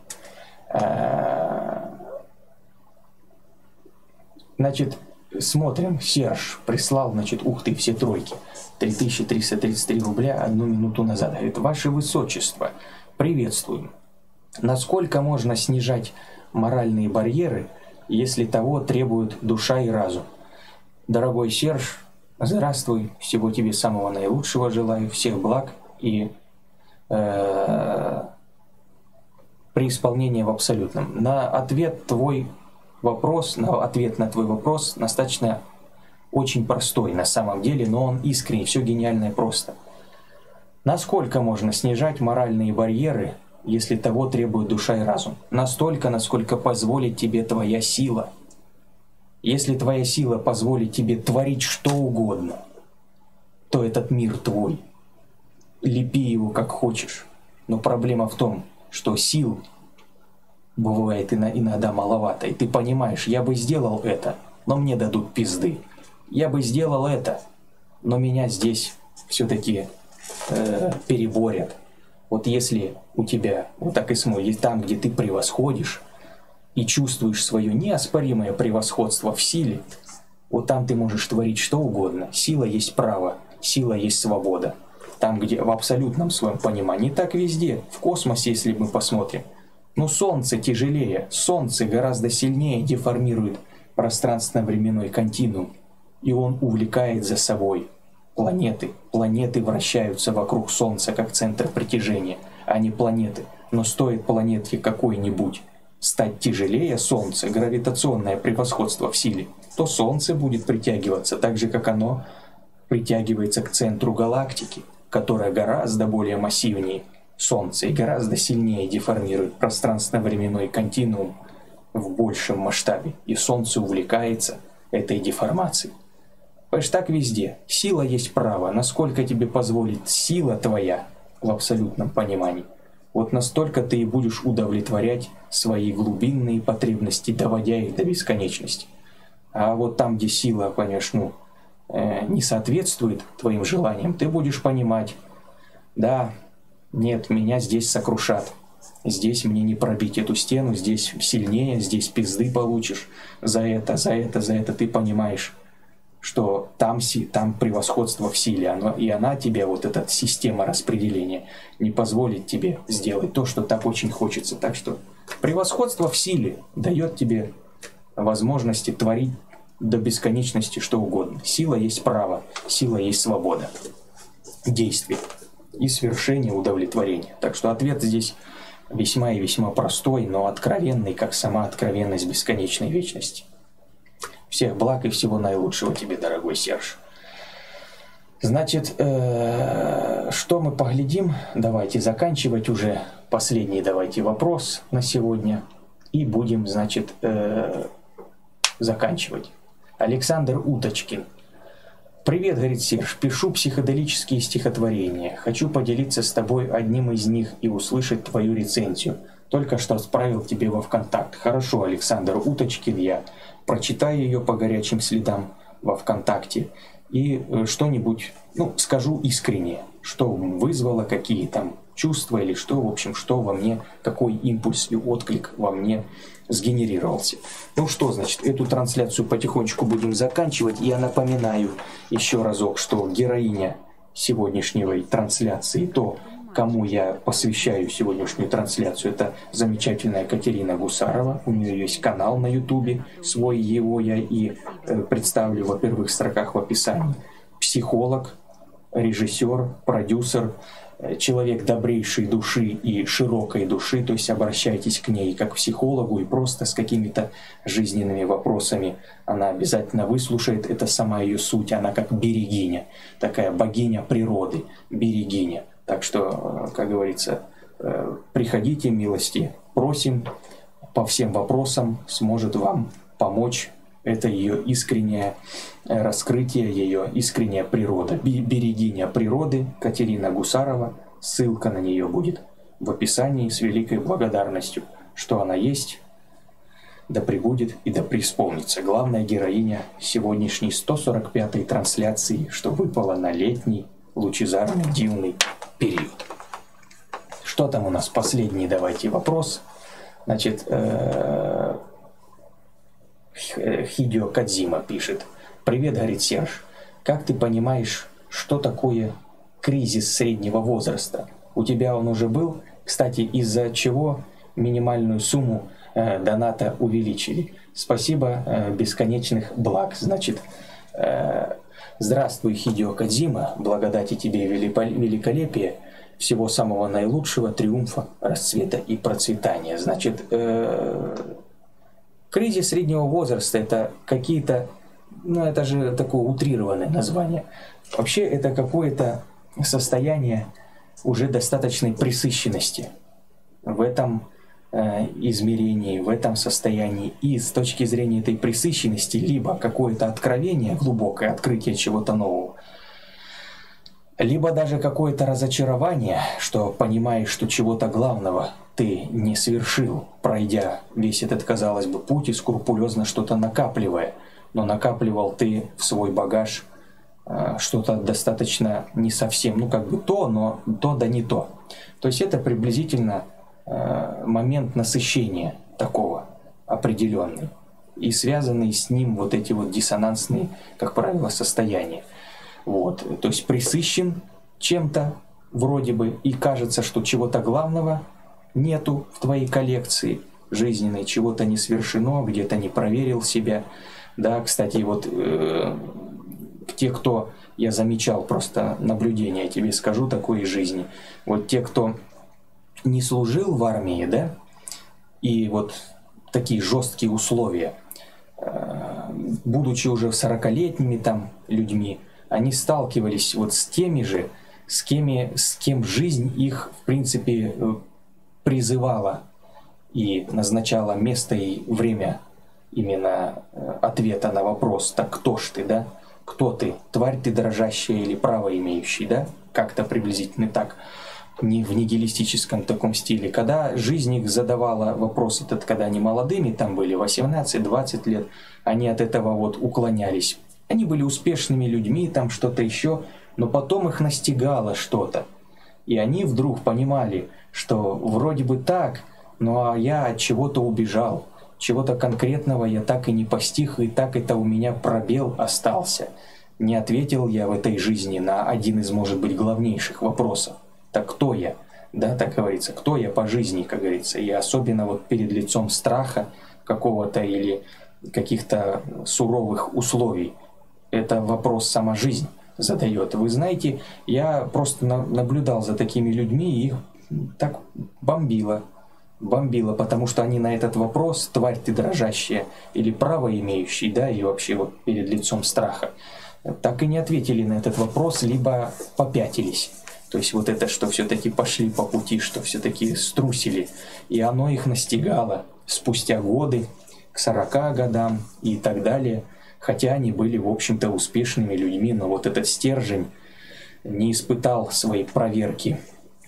Speaker 1: Значит, смотрим, Серж прислал, значит, ух ты, все тройки. 3333 рубля 1 минуту назад. Говорит, ваше высочество, приветствуем. Насколько можно снижать моральные барьеры, если того требуют душа и разум? Дорогой Серж, здравствуй, всего тебе самого наилучшего желаю, всех благ и преисполнения в абсолютном. Ответ на твой вопрос достаточно очень простой на самом деле, но он искренний, все гениально и просто. Насколько можно снижать моральные барьеры, если того требует душа и разум? Настолько, насколько позволит тебе твоя сила. Если твоя сила позволит тебе творить что угодно, то этот мир твой. Лепи его как хочешь. Но проблема в том, что сил бывает иногда маловато. И ты понимаешь, я бы сделал это, но мне дадут пизды. Я бы сделал это, но меня здесь все-таки переборят. Вот если у тебя, вот так и смотришь, там, где ты превосходишь, и чувствуешь свое неоспоримое превосходство в силе, вот там ты можешь творить что угодно. Сила есть право, сила есть свобода. Там, где в абсолютном своем понимании, так везде, в космосе, если мы посмотрим. Но Солнце тяжелее, Солнце гораздо сильнее деформирует пространственно-временной континуум, и он увлекает за собой планеты. Планеты вращаются вокруг Солнца как центр притяжения, а не планеты. Но стоит планете какой-нибудь стать тяжелее Солнца, гравитационное превосходство в силе, то Солнце будет притягиваться так же, как оно притягивается к центру галактики, которая гораздо более массивнее Солнца и гораздо сильнее деформирует пространственно-временной континуум в большем масштабе, и Солнце увлекается этой деформацией. Понимаешь, так везде. Сила есть право, насколько тебе позволит сила твоя в абсолютном понимании. Вот настолько ты и будешь удовлетворять свои глубинные потребности, доводя их до бесконечности. А вот там, где сила, конечно, не соответствует твоим желаниям, ты будешь понимать, да, нет, меня здесь сокрушат, здесь мне не пробить эту стену, здесь сильнее, здесь пизды получишь за это, ты понимаешь, что там превосходство в силе, и она тебе, вот эта система распределения, не позволит тебе сделать то, что так очень хочется. Так что превосходство в силе дает тебе возможности творить до бесконечности что угодно. Сила есть право, сила есть свобода действий и свершение удовлетворения. Так что ответ здесь весьма и весьма простой, но откровенный, как сама откровенность бесконечной вечности. Всех благ и всего наилучшего тебе, дорогой Серж. Значит, что мы поглядим? Давайте заканчивать уже. Последний давайте вопрос на сегодня. И будем, значит, заканчивать. Александр Уточкин. Привет, говорит Серж, пишу психоделические стихотворения. Хочу поделиться с тобой одним из них и услышать твою рецензию. Только что отправил тебе во ВКонтакт. Хорошо, Александр Уточкин, я прочитаю ее по горячим следам во ВКонтакте и что-нибудь, скажу искренне, что вызвало, какие там чувства или что, в общем, что во мне, какой импульс и отклик во мне сгенерировался. Что значит, эту трансляцию потихонечку будем заканчивать. Я напоминаю еще разок, что героиня сегодняшней трансляции, то, кому я посвящаю сегодняшнюю трансляцию, это замечательная Катерина Гусарова. У нее есть канал на ютубе свой, его я и представлю во первых строках в описании. Психолог, режиссер, продюсер, человек добрейшей души и широкой души, то есть обращайтесь к ней как к психологу и просто с какими-то жизненными вопросами. Она обязательно выслушает, это сама ее суть, она как берегиня, такая богиня природы, берегиня. Так что, как говорится, приходите, милости просим, по всем вопросам сможет вам помочь. Это ее искреннее раскрытие, ее искренняя природа. Берегиня природы Катерина Гусарова. Ссылка на нее будет в описании с великой благодарностью, что она есть, да пребудет и да преисполнится. Главная героиня сегодняшней 145-й трансляции, что выпало на летний, лучезарный, дивный период. Что там у нас? Последний давайте вопрос. Значит, Хидео Кадзима пишет. Привет, говорит Серж. Как ты понимаешь, что такое кризис среднего возраста? У тебя он уже был? Кстати, из-за чего минимальную сумму доната увеличили? Спасибо, бесконечных благ. Значит, здравствуй, Хидео Кадзима. Благодати тебе великолепие. Всего самого наилучшего, триумфа, расцвета и процветания. Значит, кризис среднего возраста — это какие-то, это же такое утрированное название. Вообще это какое-то состояние уже достаточной пресыщенности в этом измерении, в этом состоянии. И с точки зрения этой пресыщенности либо какое-то откровение, глубокое открытие чего-то нового, либо даже какое-то разочарование, что понимаешь, что чего-то главного ты не совершил, пройдя весь этот, казалось бы, путь и скрупулезно что-то накапливая. Но накапливал ты в свой багаж что-то достаточно не совсем, то, но то да не то. То есть это приблизительно момент насыщения такого определенный. И связанные с ним вот эти вот диссонансные, как правило, состояния. Вот. То есть пресыщен чем-то вроде бы, и кажется, что чего-то главного нету в твоей коллекции жизненной, чего-то не свершено, где-то не проверил себя. Да, кстати, вот те, кто, я замечал просто наблюдение, я тебе скажу, такой из жизни. Вот те, кто не служил в армии, да, и вот такие жесткие условия, будучи уже 40-летними там людьми, они сталкивались вот с теми же, с кем жизнь их, в принципе, призывала и назначала место и время именно ответа на вопрос: так кто ж ты, да? Кто ты? Тварь ты дрожащая или право имеющий, да? Как-то приблизительно так, не в нигилистическом таком стиле. Когда жизнь их задавала вопрос этот, когда они молодыми там были, 18-20 лет, они от этого вот уклонялись Они были успешными людьми, там что-то еще, но потом их настигало что-то. И они вдруг понимали, что вроде бы так, ну а я от чего-то убежал, чего-то конкретного я так и не постиг, и так это у меня пробел остался. Не ответил я в этой жизни на один из, может быть, главнейших вопросов. Так кто я? Да, так говорится, кто я по жизни, как говорится. И особенно вот перед лицом страха какого-то или каких-то суровых условий. Это вопрос сама жизнь задает. Вы знаете, я просто наблюдал за такими людьми, и их так бомбило, потому что они на этот вопрос, тварь ты дрожащая или право имеющий, да, и вообще вот перед лицом страха, так и не ответили на этот вопрос, либо попятились. То есть вот это, что все-таки пошли по пути, что все-таки струсили, и оно их настигало спустя годы, к 40 годам и так далее. Хотя они были, в общем-то, успешными людьми, но вот этот стержень не испытал своей проверки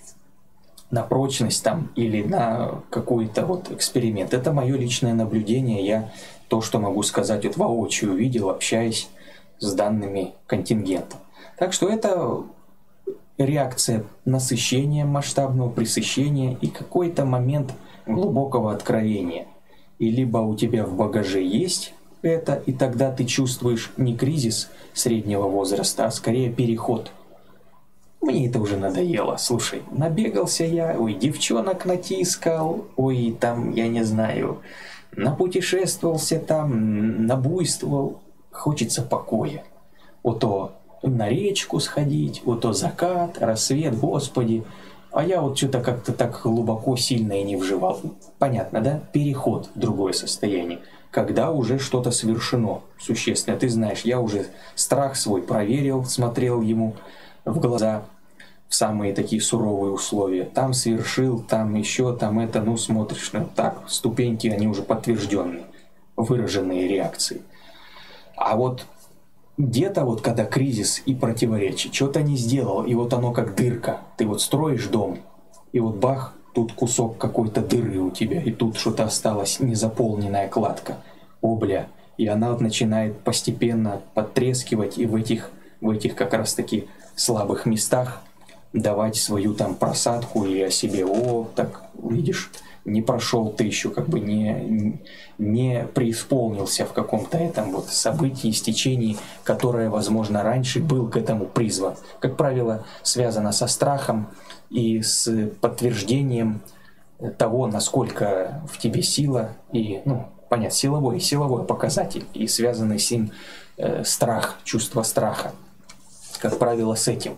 Speaker 1: на прочность там или на какой-то вот эксперимент. Это мое личное наблюдение, я то, что могу сказать, вот воочию видел, общаясь с данными контингента. Так что это реакция насыщения, масштабного пресыщения и какой-то момент глубокого откровения. И либо у тебя в багаже есть это, и тогда ты чувствуешь не кризис среднего возраста, а скорее переход. Мне это уже надоело. Слушай, набегался я, ой, девчонок натискал, ой, там, я не знаю, напутешествовался там, набуйствовал. Хочется покоя. Вот то на речку сходить, вот то закат, рассвет, Господи. А я вот что-то как-то так глубоко, сильно и не вживал. Понятно, да? Переход в другое состояние. Когда уже что-то совершено существенно. Ты знаешь, я уже страх свой проверил, смотрел ему в глаза в самые такие суровые условия. Там совершил, там еще, там это, ну смотришь, ну так, ступеньки, они уже подтвержденные, выраженные реакции. А вот где-то вот когда кризис и противоречие, что-то не сделал, и вот оно как дырка. Ты вот строишь дом, и вот бах, тут кусок какой-то дыры у тебя, и тут что-то осталось, незаполненная кладка. О, бля. И она вот начинает постепенно подтрескивать, и в этих как раз таки слабых местах давать свою там просадку и о себе. О, так, видишь, не прошел ты еще, как бы не преисполнился в каком-то этом вот событии, стечении, которое, возможно, раньше был к этому призван. Как правило, связано со страхом и с подтверждением того, насколько в тебе сила и, ну, понятно, силовой показатель, и связанный с ним страх, чувство страха. Как правило, с этим.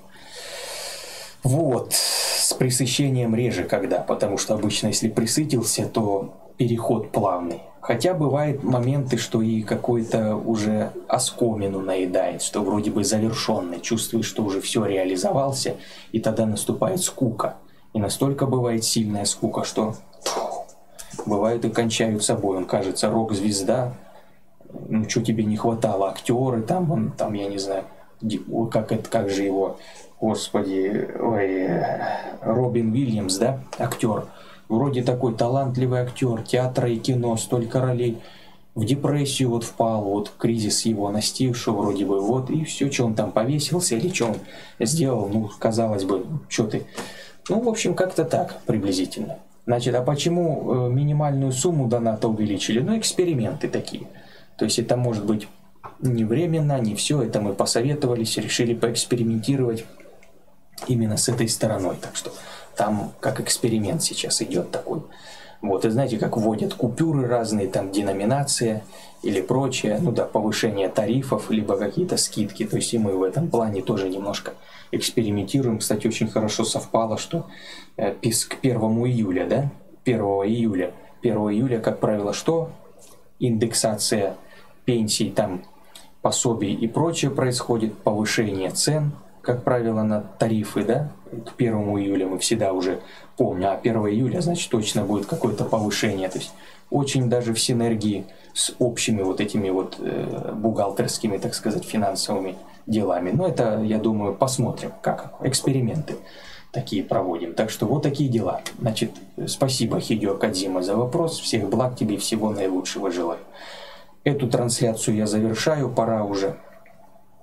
Speaker 1: Вот, с пресыщением реже когда, потому что обычно, если пресытился, то переход плавный. Хотя бывают моменты, что и какой-то уже оскомину наедает, что вроде бы завершенный, чувствуешь, что уже все реализовался, и тогда наступает скука. И настолько бывает сильная скука, что бывают и кончают собой. Он кажется рок-звезда, ну что тебе не хватало, актеры, там я не знаю, как же его, господи, ой, Робин Уильямс, да, актер. Вроде такой талантливый актер театра и кино, столько ролей. В депрессию вот впал, вот кризис его настиг, что вроде бы вот, и все, что он там повесился или что он сделал, ну, казалось бы, что ты. Ну, в общем, как-то так приблизительно. Значит, а почему минимальную сумму доната увеличили? Ну, эксперименты такие. То есть это может быть не временно, не все, это мы посоветовались, решили поэкспериментировать именно с этой стороной. Так что там как эксперимент сейчас идет такой. Вот, и знаете, как вводят купюры разные, там деноминация или прочее, ну да, повышение тарифов, либо какие-то скидки. То есть и мы в этом плане тоже немножко экспериментируем. Кстати, очень хорошо совпало, что к 1 июля, да, 1 июля, как правило, что? Индексация пенсий, там, пособий и прочее происходит, повышение цен, как правило, на тарифы, да, к 1 июля мы всегда уже помним, а 1 июля, значит, точно будет какое-то повышение, то есть очень даже в синергии с общими вот этими вот бухгалтерскими, так сказать, финансовыми делами. Но это, я думаю, посмотрим, как эксперименты такие проводим. Так что вот такие дела. Значит, спасибо, Хидео Кодзима, за вопрос, всех благ тебе и всего наилучшего желаю. Эту трансляцию я завершаю, пора уже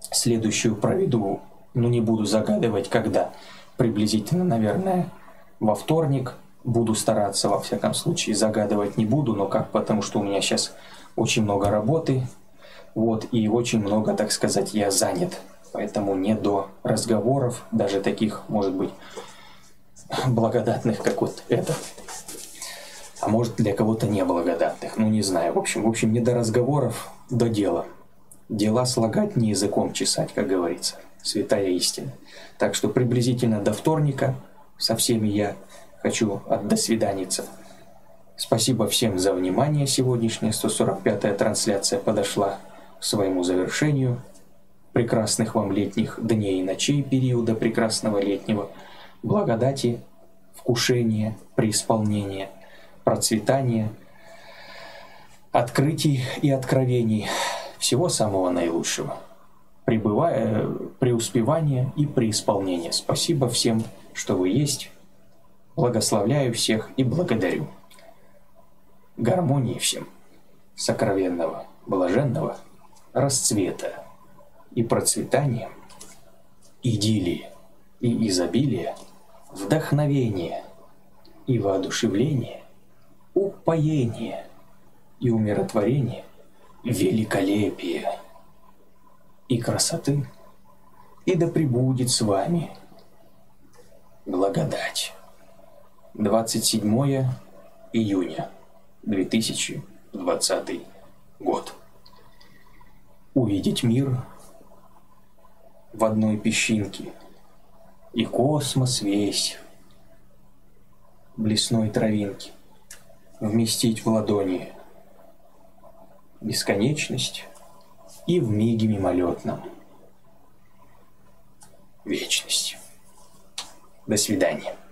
Speaker 1: Следующую проведу, ну не буду загадывать, когда. Приблизительно, наверное, во вторник. Буду стараться, во всяком случае, загадывать не буду, но как, потому что у меня сейчас очень много работы, вот, и очень много, так сказать, я занят, поэтому не до разговоров, даже таких, может быть, благодатных, как вот это, а может для кого-то неблагодатных, ну не знаю, в общем, не до разговоров, до дела. Дела слагать, не языком чесать, как говорится, святая истина. Так что приблизительно до вторника со всеми я хочу до свиданица. Спасибо всем за внимание. Сегодняшняя 145-я трансляция подошла к своему завершению. Прекрасных вам летних дней и ночей периода прекрасного летнего. Благодати, вкушения, преисполнения, процветания, открытий и откровений. Всего самого наилучшего. Преуспевания и преисполнения. Спасибо всем, что вы есть. Благословляю всех и благодарю. Гармонии всем, сокровенного, блаженного расцвета и процветания, идиллии и изобилия, вдохновения и воодушевления, упоения и умиротворения, великолепия и красоты, и да пребудет с вами благодать. 27 июня 2020 год. Увидеть мир в одной песчинке и космос весь в лесной травинке, вместить в ладони бесконечность и в миге мимолетном вечность. До свидания.